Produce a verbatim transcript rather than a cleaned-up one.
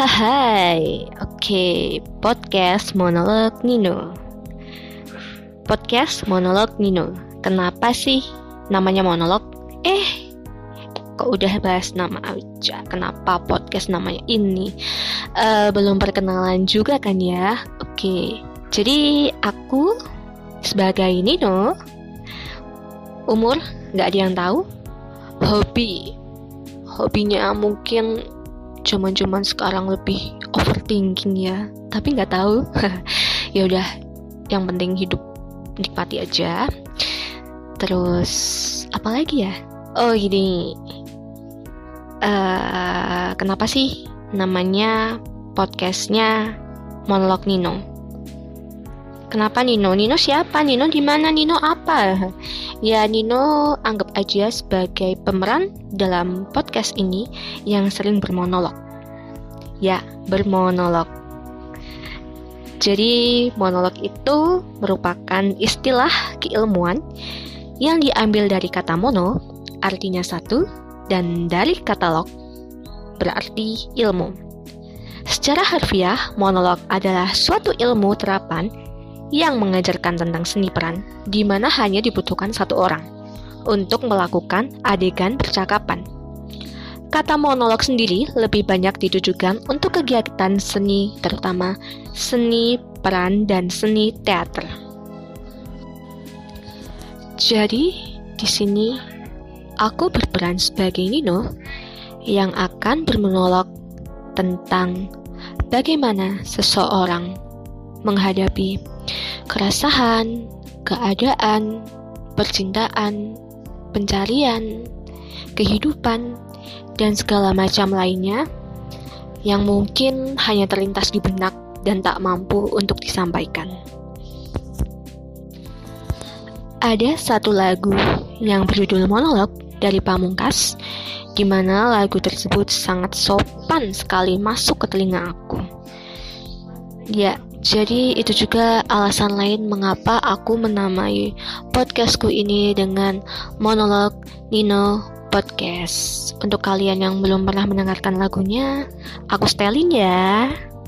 Hai, oke, podcast monolog Nino. Podcast monolog Nino. Kenapa sih namanya monolog? Eh, kok udah bahas nama aja? Kenapa podcast namanya ini? Uh, belum perkenalan juga kan ya? Oke, jadi aku sebagai Nino, umur nggak ada yang tahu. Hobi, hobinya mungkin cuman-cuman sekarang lebih overthinking ya, tapi nggak tahu. Ya udah, yang penting hidup nikmati aja. Terus apa lagi ya? Oh gini, uh, kenapa sih namanya podcastnya monolog Nino? Kenapa Nino? Nino siapa? Nino di mana? Nino apa? Ya, Nino anggap aja sebagai pemeran dalam podcast ini yang sering bermonolog. Ya, bermonolog. Jadi, monolog itu merupakan istilah keilmuan yang diambil dari kata mono, artinya satu, dan dari kata log, berarti ilmu. Secara harfiah, monolog adalah suatu ilmu terapan yang mengajarkan tentang seni peran, di mana hanya dibutuhkan satu orang untuk melakukan adegan percakapan. Kata monolog sendiri lebih banyak ditujukan untuk kegiatan seni, terutama seni peran dan seni teater. Jadi, di sini aku berperan sebagai Nino yang akan bermonolog tentang bagaimana seseorang menghadapi keresahan, keadaan, percintaan, pencarian, kehidupan, dan segala macam lainnya yang mungkin hanya terlintas di benak dan tak mampu untuk disampaikan. Ada satu lagu yang berjudul Monolog dari Pamungkas, di mana lagu tersebut sangat sopan sekali masuk ke telinga aku. Ya, jadi itu juga alasan lain mengapa aku menamai podcastku ini dengan monolog Nino Podcast. Untuk kalian yang belum pernah mendengarkan lagunya, aku setelin ya.